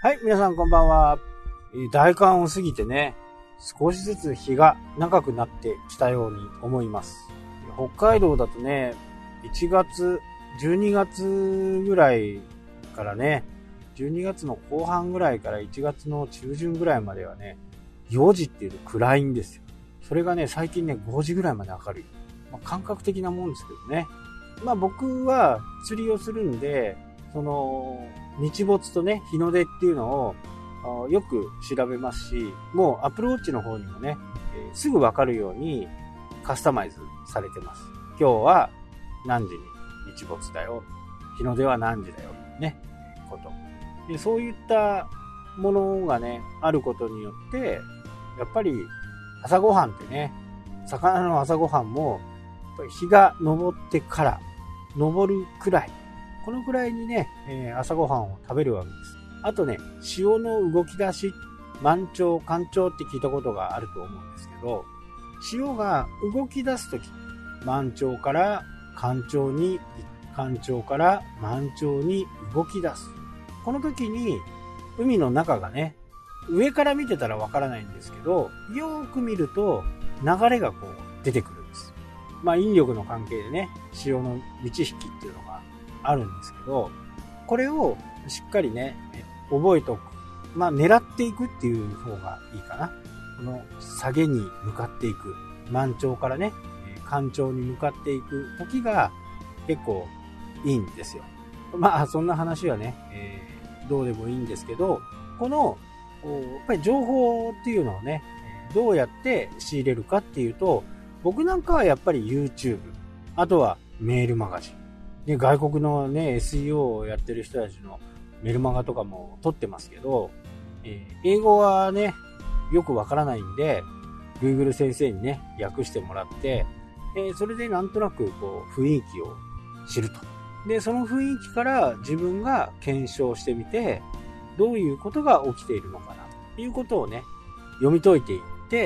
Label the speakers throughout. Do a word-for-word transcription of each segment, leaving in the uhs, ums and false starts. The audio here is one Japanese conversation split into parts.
Speaker 1: はい、皆さんこんばんは。大寒を過ぎてね、少しずつ日が長くなってきたように思います。北海道だとね、いちがつ、じゅうにがつぐらいからね、じゅうにがつの後半ぐらいからいちがつの中旬ぐらいまではね、よじっていうと暗いんですよ。それがね、最近ね、ごじぐらいまで明るい。まあ、感覚的なもんですけどね。まあ僕は釣りをするんで、その、日没とね、日の出っていうのをよく調べますし、もうアプローチの方にもね、えー、すぐわかるようにカスタマイズされてます。今日は何時に日没だよ。日の出は何時だよ。ね。こと。で、そういったものがね、あることによって、やっぱり朝ごはんってね、魚の朝ごはんも、日が昇ってから、昇るくらい、このくらいにね、えー、朝ごはんを食べるわけです。あとね、潮の動き出し、満潮、干潮って聞いたことがあると思うんですけど、潮が動き出すとき、満潮から干潮に、干潮から満潮に動き出す。この時に、海の中がね、上から見てたらわからないんですけど、よーく見ると流れがこう出てくるんです。まあ引力の関係でね、潮の満ち引きっていうのがあるんですけど、これをしっかりね、覚えておく。まあ狙っていくっていう方がいいかな。この下げに向かっていく。満潮からね、干潮に向かっていく時が結構いいんですよ。まあそんな話はね、えー、どうでもいいんですけど、このやっぱり情報っていうのをね、どうやって仕入れるかっていうと、僕なんかはやっぱり YouTube、あとはメールマガジン。で、外国のね、エスイーオー をやってる人たちのメルマガとかも撮ってますけど、えー、英語はね、よくわからないんで、Google 先生にね、訳してもらって、えー、それでなんとなくこう、雰囲気を知ると。で、その雰囲気から自分が検証してみて、どういうことが起きているのかなということをね、読み解いていって、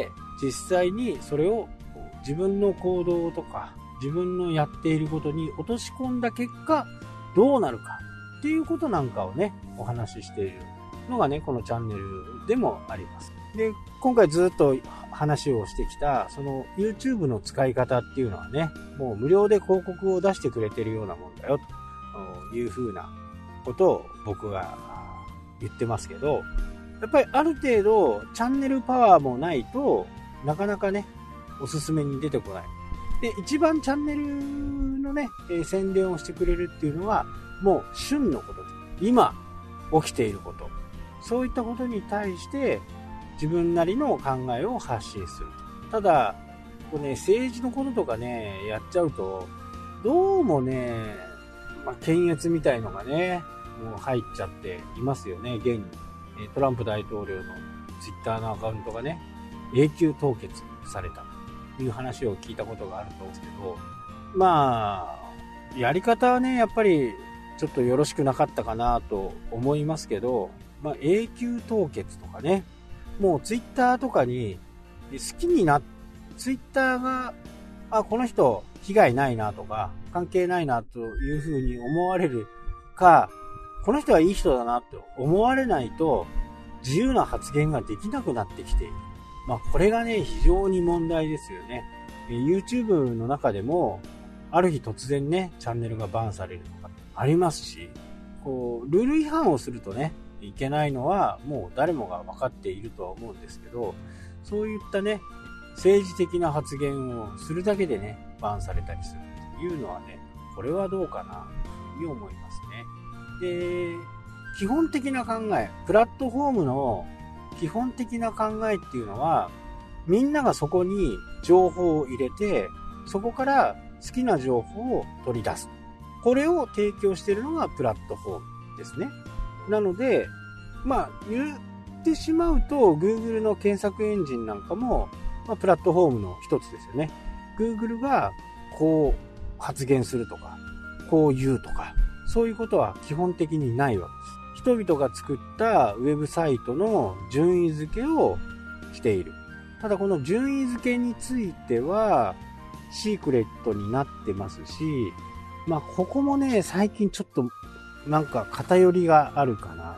Speaker 1: 実際にそれを自分の行動とか自分のやっていることに落とし込んだ結果どうなるかっていうことなんかをね、お話ししているのがね、このチャンネルでもあります。で、今回ずっと話をしてきたその YouTube の使い方っていうのはね、もう無料で広告を出してくれてるようなもんだよというふうなことを僕が言ってますけど、やっぱりある程度チャンネルパワーもないとなかなかね、おすすめに出てこない。で、一番チャンネルのね、えー、宣伝をしてくれるっていうのはもう旬のことです。今起きていること、そういったことに対して自分なりの考えを発信する。ただこうね、政治のこととかねやっちゃうとどうもね、まあ、検閲みたいのがねもう入っちゃっていますよね。現にトランプ大統領のツイッターのアカウントがね永久凍結されたという話を聞いたことがあると思うんですけど、まあやり方はねやっぱりちょっとよろしくなかったかなと思いますけど、まあ、永久凍結とかね、もうツイッターとかに好きになっツイッターがあこの人被害ないなとか関係ないなというふうに思われるか、この人はいい人だなと思われないと自由な発言ができなくなってきている。まあこれがね非常に問題ですよね。YouTube の中でもある日突然ねチャンネルがバンされるとかありますし、こうルール違反をするとねいけないのはもう誰もが分かっているとは思うんですけど、そういったね政治的な発言をするだけでねバンされたりするというのはね、これはどうかなというふうに思いますね。で、基本的な考え、プラットフォームの基本的な考えっていうのは、みんながそこに情報を入れて、そこから好きな情報を取り出す。これを提供しているのがプラットフォームですね。なので、まあ言ってしまうと Google の検索エンジンなんかも、まあ、プラットフォームの一つですよね。Google がこう発言するとか、こう言うとか、そういうことは基本的にないわけです。人々が作ったウェブサイトの順位付けをしている。ただこの順位付けについてはシークレットになってますし、まあここもね最近ちょっとなんか偏りがあるかな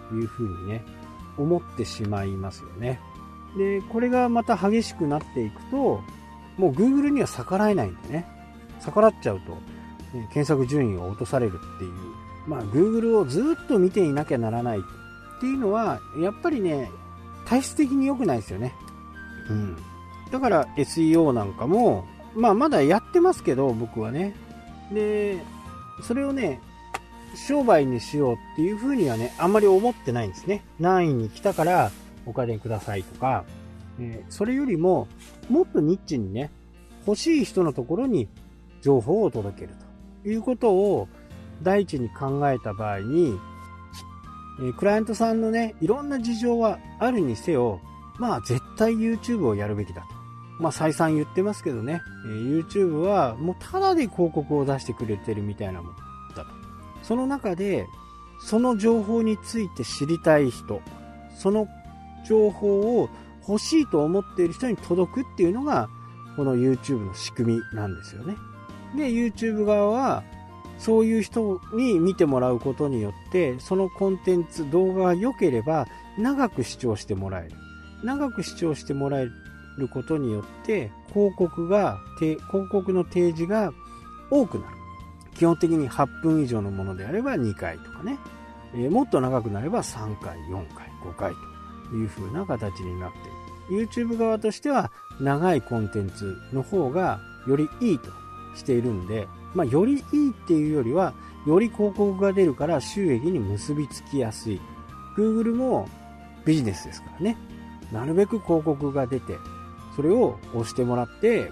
Speaker 1: いうふうにね、思ってしまいますよね。で、これがまた激しくなっていくと、もう Google には逆らえないんでね、逆らっちゃうと、ね、検索順位を落とされるっていう、まあ Google をずっと見ていなきゃならないっていうのは、やっぱりね、体質的に良くないですよね。うん。だから エスイーオー なんかも、まあまだやってますけど、僕はね。で、それをね、商売にしようっていうふうにはね、あんまり思ってないんですね。何位に来たからお金くださいとか、えー、それよりも、もっとニッチにね、欲しい人のところに情報を届けるということを第一に考えた場合に、えー、クライアントさんのね、いろんな事情はあるにせよ、まあ絶対 YouTube をやるべきだと。まあ再三言ってますけどね、えー、YouTube はもうただで広告を出してくれてるみたいなもんだと。その中で、その情報について知りたい人、その情報を欲しいと思っている人に届くっていうのが、この YouTube の仕組みなんですよね。で、YouTube 側は、そういう人に見てもらうことによって、そのコンテンツ、動画が良ければ、長く視聴してもらえる。長く視聴してもらえることによって、広告が、広告の提示が多くなる。基本的にはっぷん以上のものであればにかいとかね。えー、もっと長くなればさんかい、よんかい、ごかいという風な形になっている。YouTube 側としては長いコンテンツの方がよりいいとしているんで、まあよりいいっていうよりは、より広告が出るから収益に結びつきやすい。Google もビジネスですからね。なるべく広告が出て、それを押してもらって、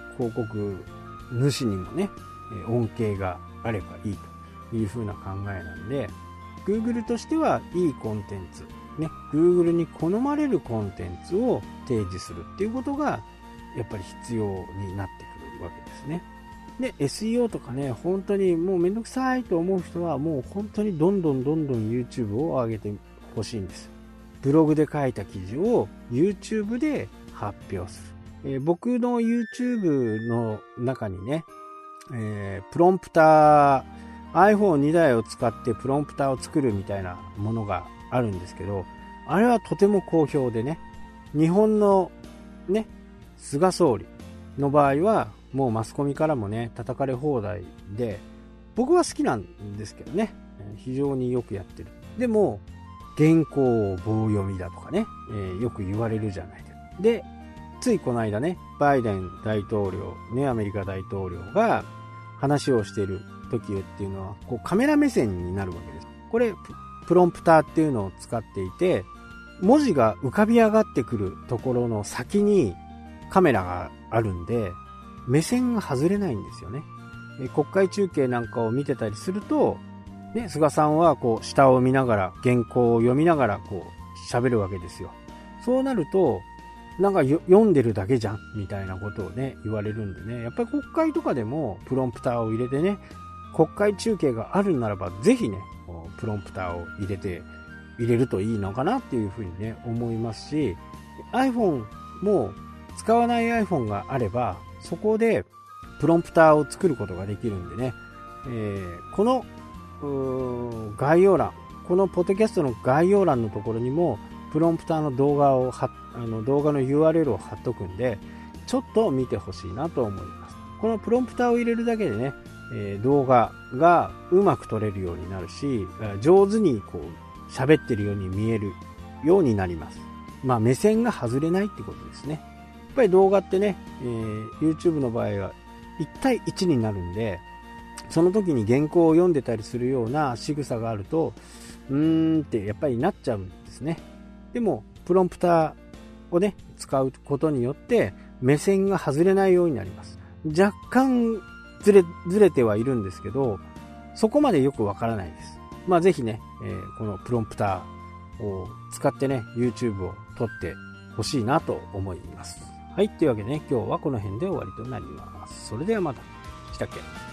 Speaker 1: 広告主にもね、恩恵があればいいという風な考えなんで、Google としてはいいコンテンツ、ね、Google に好まれるコンテンツを提示するっていうことがやっぱり必要になってくるわけですね。で、エスイーオー とかね、本当にもうめんどくさいと思う人はもう本当にどんどんどんどん YouTube を上げてほしいんです。ブログで書いた記事を YouTube で発表する。えー、僕の YouTube の中にね、えー、プロンプター、アイフォンに 台を使ってプロンプターを作るみたいなものがあるんですけど、あれはとても好評でね、日本のね、菅総理の場合はもうマスコミからもね、叩かれ放題で、僕は好きなんですけどね、非常によくやってる。でも、原稿を棒読みだとかね、えー、よく言われるじゃないですか。で、ついこの間ね、バイデン大統領、ね、アメリカ大統領が話をしている時っていうのは、こうカメラ目線になるわけです。これ、プロンプターっていうのを使っていて、文字が浮かび上がってくるところの先にカメラがあるんで、目線が外れないんですよね。国会中継なんかを見てたりすると、ね、菅さんはこう下を見ながら、原稿を読みながらこう喋るわけですよ。そうなると、なんか読んでるだけじゃんみたいなことをね、言われるんでね、やっぱり国会とかでもプロンプターを入れてね、国会中継があるならば、ぜひね、プロンプターを入れて、入れるといいのかなっていうふうにね、思いますし、iPhone も使わない iPhone があれば、そこでプロンプターを作ることができるんでね、えー、この概要欄、このポッドキャストの概要欄のところにも、プロンプターの動画をはあの動画の ユーアールエル を貼っとくんで、ちょっと見てほしいなと思います。このプロンプターを入れるだけでね、えー、動画がうまく撮れるようになるし、上手にこう喋ってるように見えるようになります。まあ目線が外れないってことですね。やっぱり動画ってね、えー、YouTube の場合はいち対いちになるんで、その時に原稿を読んでたりするような仕草があると、うーんってやっぱりなっちゃうんですね。でもプロンプターをね使うことによって目線が外れないようになります。若干ずれずれてはいるんですけど、そこまでよくわからないです。まあぜひね、えー、このプロンプターを使ってね YouTube を撮ってほしいなと思います。はい、というわけでね、今日はこの辺で終わりとなります。それではまた。したっけ。